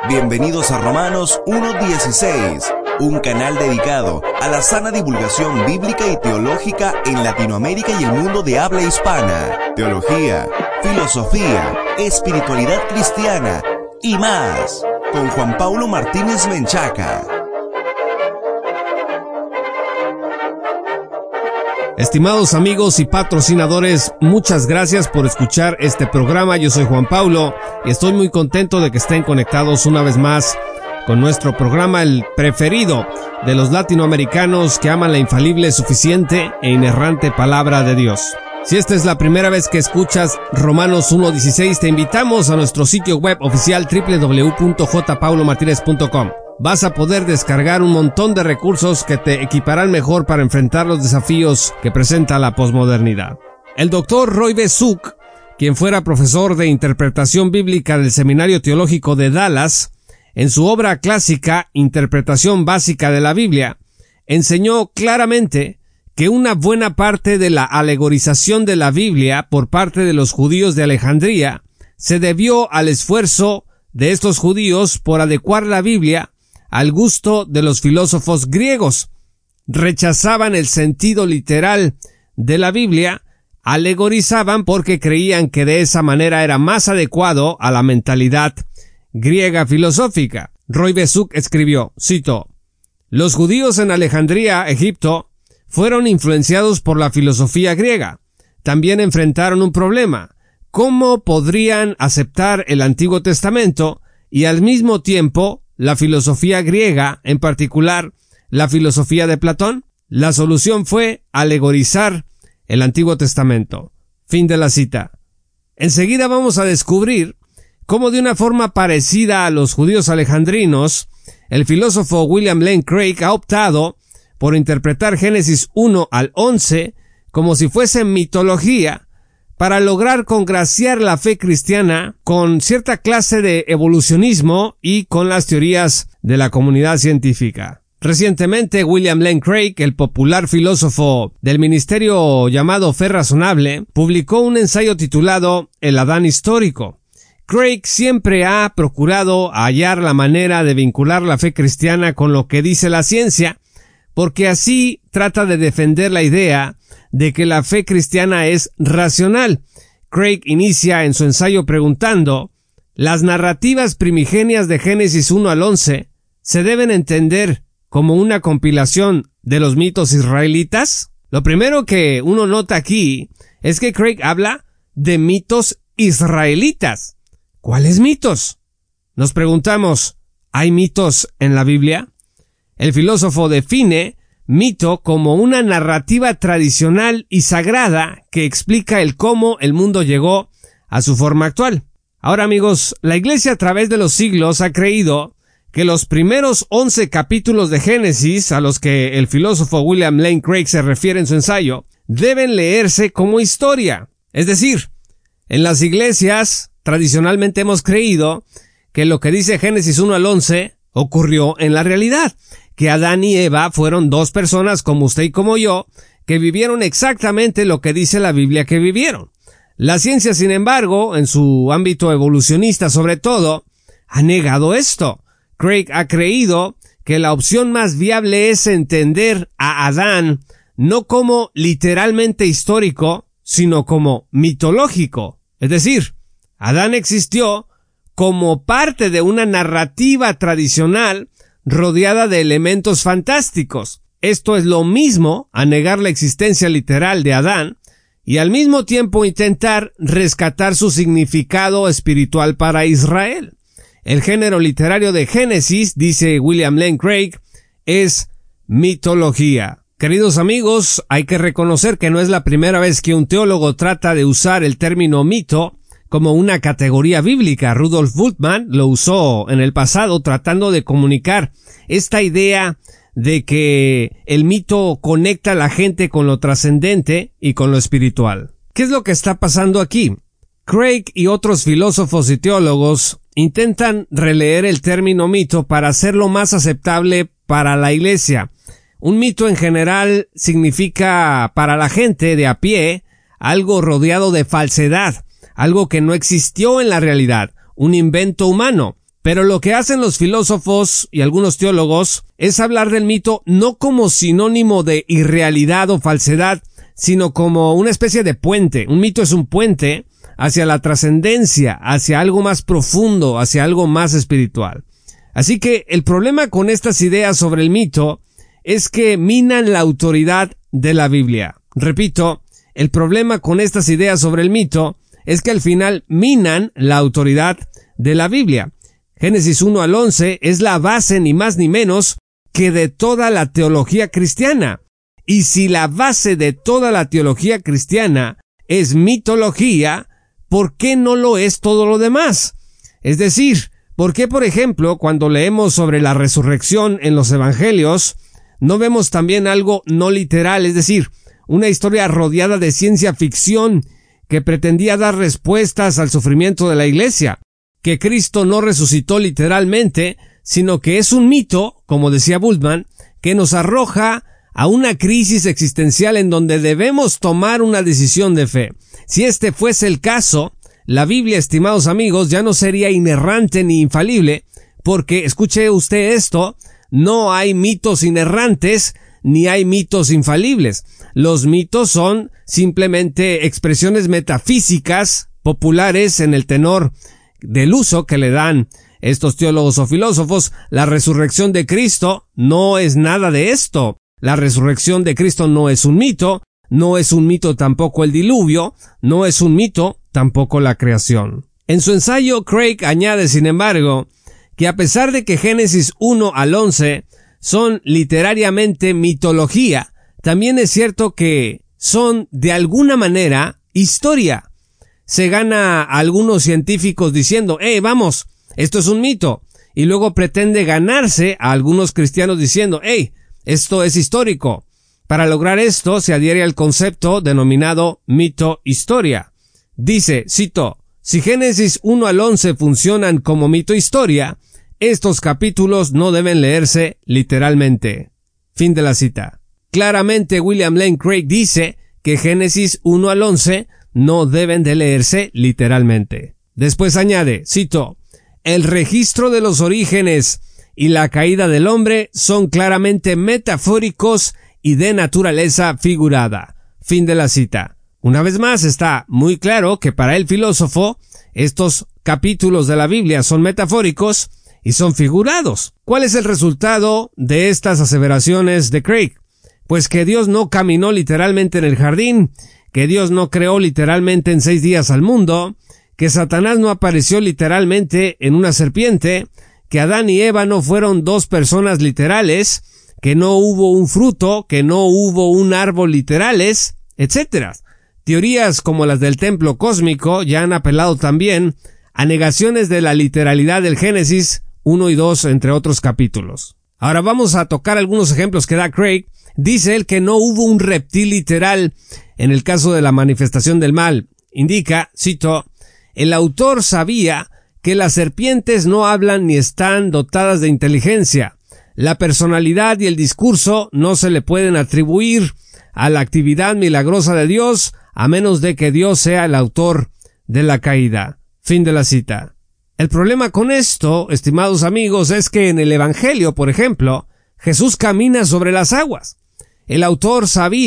Bienvenidos a Romanos 1:16, un canal dedicado a la sana divulgación bíblica y teológica en Latinoamérica y el mundo de habla hispana. Teología, filosofía, espiritualidad cristiana y más, con Juan Paulo Martínez Menchaca. Estimados amigos y patrocinadores, muchas gracias por escuchar este programa. Yo soy Juan Paulo y estoy muy contento de que estén conectados una vez más con nuestro programa, el preferido de los latinoamericanos que aman la infalible, suficiente e inerrante palabra de Dios. Si esta es la primera vez que escuchas Romanos 1:16, te invitamos a nuestro sitio web oficial www.jpaulomartinez.com. Vas a poder descargar un montón de recursos que te equiparán mejor para enfrentar los desafíos que presenta la posmodernidad. El doctor Roy B. Zuck, quien fuera profesor de interpretación bíblica del Seminario Teológico de Dallas, en su obra clásica Interpretación Básica de la Biblia, enseñó claramente que una buena parte de la alegorización de la Biblia por parte de los judíos de Alejandría se debió al esfuerzo de estos judíos por adecuar la Biblia al gusto de los filósofos griegos. Rechazaban el sentido literal de la Biblia, alegorizaban porque creían que de esa manera era más adecuado a la mentalidad griega filosófica. Roy B. Zuck escribió, cito, «Los judíos en Alejandría, Egipto, fueron influenciados por la filosofía griega. También enfrentaron un problema. ¿Cómo podrían aceptar el Antiguo Testamento y al mismo tiempo la filosofía griega, en particular la filosofía de Platón? La solución fue alegorizar el Antiguo Testamento». Fin de la cita. Enseguida vamos a descubrir cómo de una forma parecida a los judíos alejandrinos, el filósofo William Lane Craig ha optado por interpretar Génesis 1 al 11 como si fuese mitología, para lograr congraciar la fe cristiana con cierta clase de evolucionismo y con las teorías de la comunidad científica. Recientemente, William Lane Craig, el popular filósofo del ministerio llamado Fe Razonable, publicó un ensayo titulado El Adán histórico. Craig siempre ha procurado hallar la manera de vincular la fe cristiana con lo que dice la ciencia, porque así trata de defender la idea de que la fe cristiana es racional. Craig inicia en su ensayo preguntando, ¿las narrativas primigenias de Génesis 1 al 11 se deben entender como una compilación de los mitos israelitas? Lo primero que uno nota aquí es que Craig habla de mitos israelitas. ¿Cuáles mitos? Nos preguntamos, ¿hay mitos en la Biblia? El filósofo define mito como una narrativa tradicional y sagrada que explica el cómo el mundo llegó a su forma actual. Ahora, amigos, la Iglesia a través de los siglos ha creído que los primeros 11 capítulos de Génesis, a los que el filósofo William Lane Craig se refiere en su ensayo, deben leerse como historia. Es decir, en las iglesias tradicionalmente hemos creído que lo que dice Génesis 1 al 11 ocurrió en la realidad, que Adán y Eva fueron dos personas como usted y como yo, que vivieron exactamente lo que dice la Biblia que vivieron. La ciencia, sin embargo, en su ámbito evolucionista sobre todo, ha negado esto. Craig ha creído que la opción más viable es entender a Adán no como literalmente histórico, sino como mitológico. Es decir, Adán existió como parte de una narrativa tradicional rodeada de elementos fantásticos. Esto es lo mismo a negar la existencia literal de Adán y al mismo tiempo intentar rescatar su significado espiritual para Israel. El género literario de Génesis, dice William Lane Craig, es mitología. Queridos amigos, hay que reconocer que no es la primera vez que un teólogo trata de usar el término mito como una categoría bíblica. Rudolf Bultmann lo usó en el pasado tratando de comunicar esta idea de que el mito conecta a la gente con lo trascendente y con lo espiritual. ¿Qué es lo que está pasando aquí? Craig y otros filósofos y teólogos intentan releer el término mito para hacerlo más aceptable para la Iglesia. Un mito en general significa para la gente de a pie algo rodeado de falsedad, algo que no existió en la realidad, un invento humano. Pero lo que hacen los filósofos y algunos teólogos es hablar del mito no como sinónimo de irrealidad o falsedad, sino como una especie de puente. Un mito es un puente hacia la trascendencia, hacia algo más profundo, hacia algo más espiritual. Así que el problema con estas ideas sobre el mito es que minan la autoridad de la Biblia. Repito, el problema con estas ideas sobre el mito es que al final minan la autoridad de la Biblia. Génesis 1 al 11 es la base ni más ni menos que de toda la teología cristiana. Y si la base de toda la teología cristiana es mitología, ¿por qué no lo es todo lo demás? Es decir, ¿por qué, por ejemplo, cuando leemos sobre la resurrección en los evangelios, no vemos también algo no literal, es decir, una historia rodeada de ciencia ficción que pretendía dar respuestas al sufrimiento de la iglesia? Que Cristo no resucitó literalmente, sino que es un mito, como decía Bultmann, que nos arroja a una crisis existencial en donde debemos tomar una decisión de fe. Si este fuese el caso, la Biblia, estimados amigos, ya no sería inerrante ni infalible, porque, escuche usted esto, no hay mitos inerrantes ni hay mitos infalibles. Los mitos son simplemente expresiones metafísicas populares en el tenor del uso que le dan estos teólogos o filósofos. La resurrección de Cristo no es nada de esto. La resurrección de Cristo no es un mito tampoco el diluvio, no es un mito tampoco la creación. En su ensayo, Craig añade, sin embargo, que a pesar de que Génesis 1 al 11 son literariamente mitología, también es cierto que son de alguna manera historia. Se gana a algunos científicos diciendo, vamos, esto es un mito, y luego pretende ganarse a algunos cristianos diciendo, esto es histórico. Para lograr esto se adhiere al concepto denominado mito-historia. Dice, cito, si Génesis 1 al 11 funcionan como mito-historia, estos capítulos no deben leerse literalmente. Fin de la cita. Claramente William Lane Craig dice que Génesis 1 al 11 no deben de leerse literalmente. Después añade, cito, el registro de los orígenes y la caída del hombre son claramente metafóricos y de naturaleza figurada. Fin de la cita. Una vez más está muy claro que para el filósofo estos capítulos de la Biblia son metafóricos y son figurados. ¿Cuál es el resultado de estas aseveraciones de Craig? Pues que Dios no caminó literalmente en el jardín, que Dios no creó literalmente en 6 días al mundo, que Satanás no apareció literalmente en una serpiente, que Adán y Eva no fueron 2 personas literales, que no hubo un fruto, que no hubo un árbol literales, etc. Teorías como las del templo cósmico ya han apelado también a negaciones de la literalidad del Génesis 1 y 2, entre otros capítulos. Ahora vamos a tocar algunos ejemplos que da Craig. Dice él que no hubo un reptil literal en el caso de la manifestación del mal. Indica, cito, el autor sabía que las serpientes no hablan ni están dotadas de inteligencia. La personalidad y el discurso no se le pueden atribuir a la actividad milagrosa de Dios, a menos de que Dios sea el autor de la caída. Fin de la cita. El problema con esto, estimados amigos, es que en el Evangelio, por ejemplo, Jesús camina sobre las aguas. El autor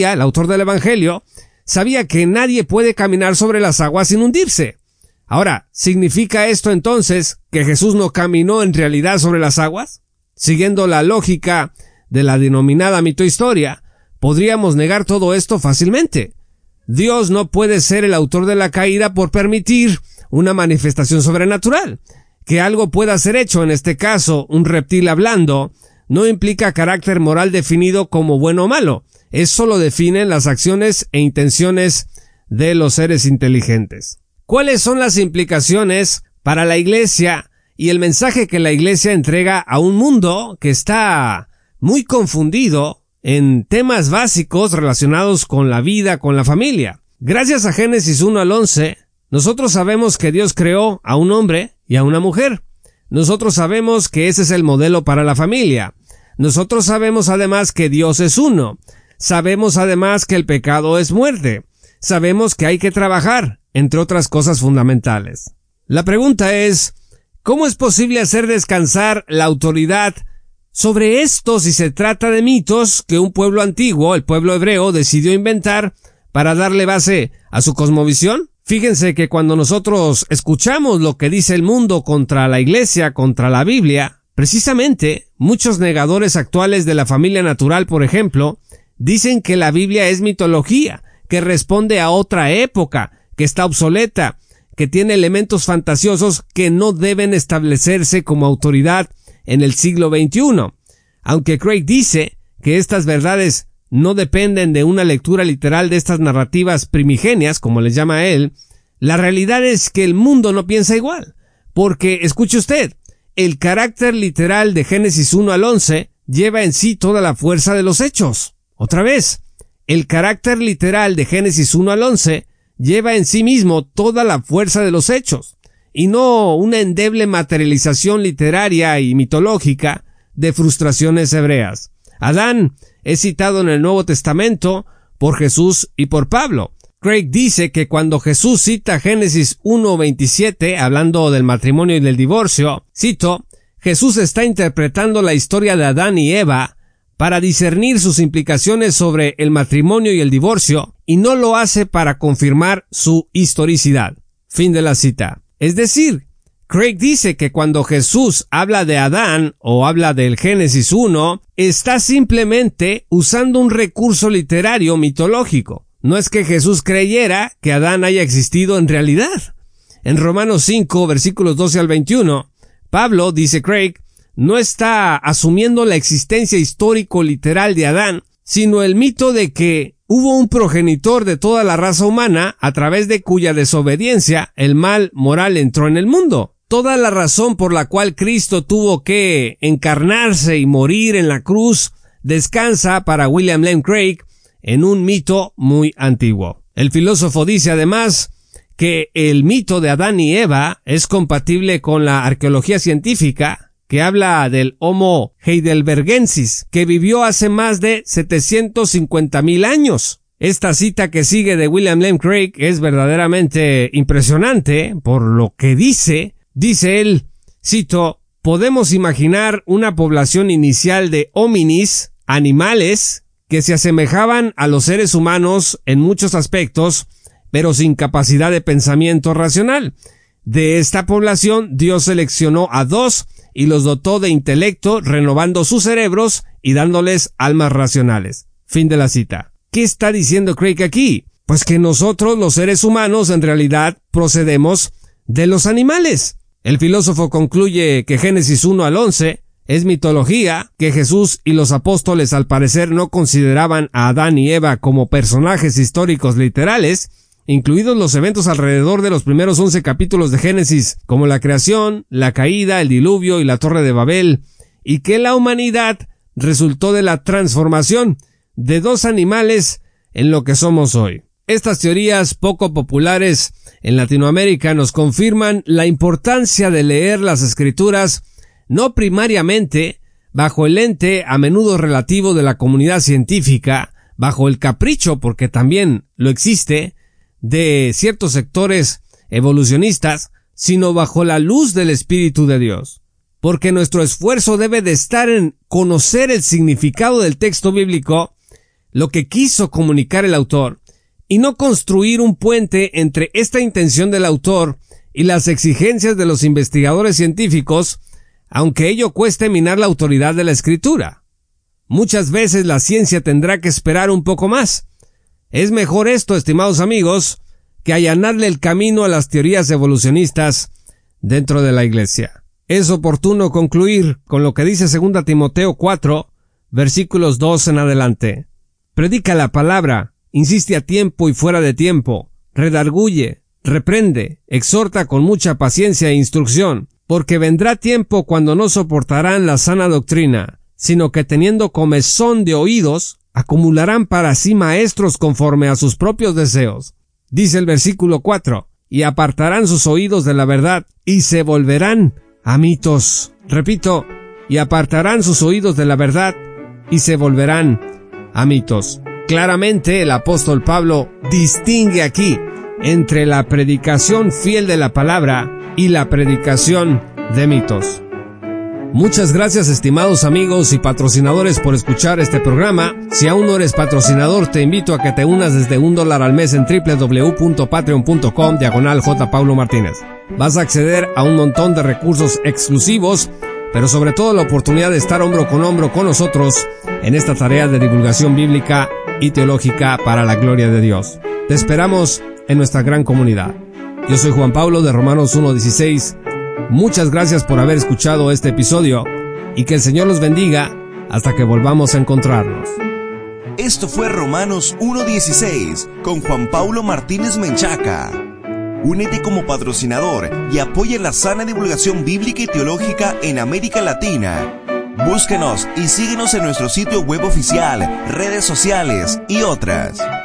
del Evangelio, sabía que nadie puede caminar sobre las aguas sin hundirse. Ahora, ¿significa esto entonces que Jesús no caminó en realidad sobre las aguas? Siguiendo la lógica de la denominada mitohistoria, podríamos negar todo esto fácilmente. Dios no puede ser el autor de la caída por permitir una manifestación sobrenatural. Que algo pueda ser hecho, en este caso un reptil hablando, no implica carácter moral definido como bueno o malo. Eso lo definen las acciones e intenciones de los seres inteligentes. ¿Cuáles son las implicaciones para la Iglesia y el mensaje que la Iglesia entrega a un mundo que está muy confundido en temas básicos relacionados con la vida, con la familia? Gracias a Génesis 1 al 11, nosotros sabemos que Dios creó a un hombre y a una mujer. Nosotros sabemos que ese es el modelo para la familia. Nosotros sabemos además que Dios es uno. Sabemos además que el pecado es muerte. Sabemos que hay que trabajar, entre otras cosas fundamentales. La pregunta es, ¿Cómo es posible hacer descansar la autoridad sobre esto si se trata de mitos que un pueblo antiguo, el pueblo hebreo, decidió inventar para darle base a su cosmovisión? Fíjense que cuando nosotros escuchamos lo que dice el mundo contra la iglesia, contra la Biblia, precisamente muchos negadores actuales de la familia natural, por ejemplo, dicen que la Biblia es mitología, que responde a otra época, que está obsoleta, que tiene elementos fantasiosos que no deben establecerse como autoridad en el siglo XXI. Aunque Craig dice que estas verdades no dependen de una lectura literal de estas narrativas primigenias, como les llama él, la realidad es que el mundo no piensa igual. Porque, escuche usted, el carácter literal de Génesis 1 al 11 lleva en sí toda la fuerza de los hechos. Otra vez, el carácter literal de Génesis 1 al 11 lleva en sí mismo toda la fuerza de los hechos, y no una endeble materialización literaria y mitológica de frustraciones hebreas. Adán es citado en el Nuevo Testamento por Jesús y por Pablo. Craig dice que cuando Jesús cita Génesis 1:27, hablando del matrimonio y del divorcio, cito, Jesús está interpretando la historia de Adán y Eva para discernir sus implicaciones sobre el matrimonio y el divorcio, y no lo hace para confirmar su historicidad. Fin de la cita. Es decir, Craig dice que cuando Jesús habla de Adán o habla del Génesis 1, está simplemente usando un recurso literario mitológico. No es que Jesús creyera que Adán haya existido en realidad. En Romanos 5, versículos 12 al 21, Pablo, dice Craig, no está asumiendo la existencia histórico-literal de Adán, sino el mito de que hubo un progenitor de toda la raza humana a través de cuya desobediencia el mal moral entró en el mundo. Toda la razón por la cual Cristo tuvo que encarnarse y morir en la cruz descansa para William Lane Craig en un mito muy antiguo. El filósofo dice además que el mito de Adán y Eva es compatible con la arqueología científica, que habla del Homo heidelbergensis, que vivió hace más de 750,000 años. Esta cita que sigue de William Lane Craig es verdaderamente impresionante por lo que dice. Dice él, cito, podemos imaginar una población inicial de hominis, animales, que se asemejaban a los seres humanos en muchos aspectos, pero sin capacidad de pensamiento racional. De esta población, Dios seleccionó a 2 y los dotó de intelecto, renovando sus cerebros y dándoles almas racionales. Fin de la cita. ¿Qué está diciendo Craig aquí? Pues que nosotros, los seres humanos, en realidad procedemos de los animales. El filósofo concluye que Génesis 1 al 11 es mitología, que Jesús y los apóstoles al parecer no consideraban a Adán y Eva como personajes históricos literales, incluidos los eventos alrededor de los primeros 11 capítulos de Génesis, como la creación, la caída, el diluvio y la Torre de Babel, y que la humanidad resultó de la transformación de 2 animales en lo que somos hoy. Estas teorías poco populares en Latinoamérica nos confirman la importancia de leer las Escrituras no primariamente bajo el lente a menudo relativo de la comunidad científica, bajo el capricho, porque también lo existe, de ciertos sectores evolucionistas, sino bajo la luz del Espíritu de Dios. Porque nuestro esfuerzo debe de estar en conocer el significado del texto bíblico, lo que quiso comunicar el autor, y no construir un puente entre esta intención del autor y las exigencias de los investigadores científicos, aunque ello cueste minar la autoridad de la Escritura. Muchas veces la ciencia tendrá que esperar un poco más. Es mejor esto, estimados amigos, que allanarle el camino a las teorías evolucionistas dentro de la Iglesia. Es oportuno concluir con lo que dice 2 Timoteo 4, versículos 2 en adelante. Predica la palabra, insiste a tiempo y fuera de tiempo, redarguye, reprende, exhorta con mucha paciencia e instrucción, porque vendrá tiempo cuando no soportarán la sana doctrina, sino que teniendo comezón de oídos, acumularán para sí maestros conforme a sus propios deseos. Dice el versículo 4, y apartarán sus oídos de la verdad, y se volverán a mitos. Repito, y apartarán sus oídos de la verdad, y se volverán a mitos. Claramente el apóstol Pablo distingue aquí entre la predicación fiel de la palabra y la predicación de mitos. Muchas gracias, estimados amigos y patrocinadores, por escuchar este programa. Si aún no eres patrocinador, te invito a que te unas desde $1 al mes en www.patreon.com/J. Paulo Martínez. Vas a acceder a un montón de recursos exclusivos, pero sobre todo la oportunidad de estar hombro con hombro con nosotros en esta tarea de divulgación bíblica y teológica para la gloria de Dios. Te esperamos en nuestra gran comunidad. Yo soy Juan Pablo de Romanos 1:16. Muchas gracias por haber escuchado este episodio y que el Señor los bendiga hasta que volvamos a encontrarnos. Esto fue Romanos 1:16 con Juan Pablo Martínez Menchaca. Únete como patrocinador y apoya la sana divulgación bíblica y teológica en América Latina. Búsquenos y síguenos en nuestro sitio web oficial, redes sociales y otras.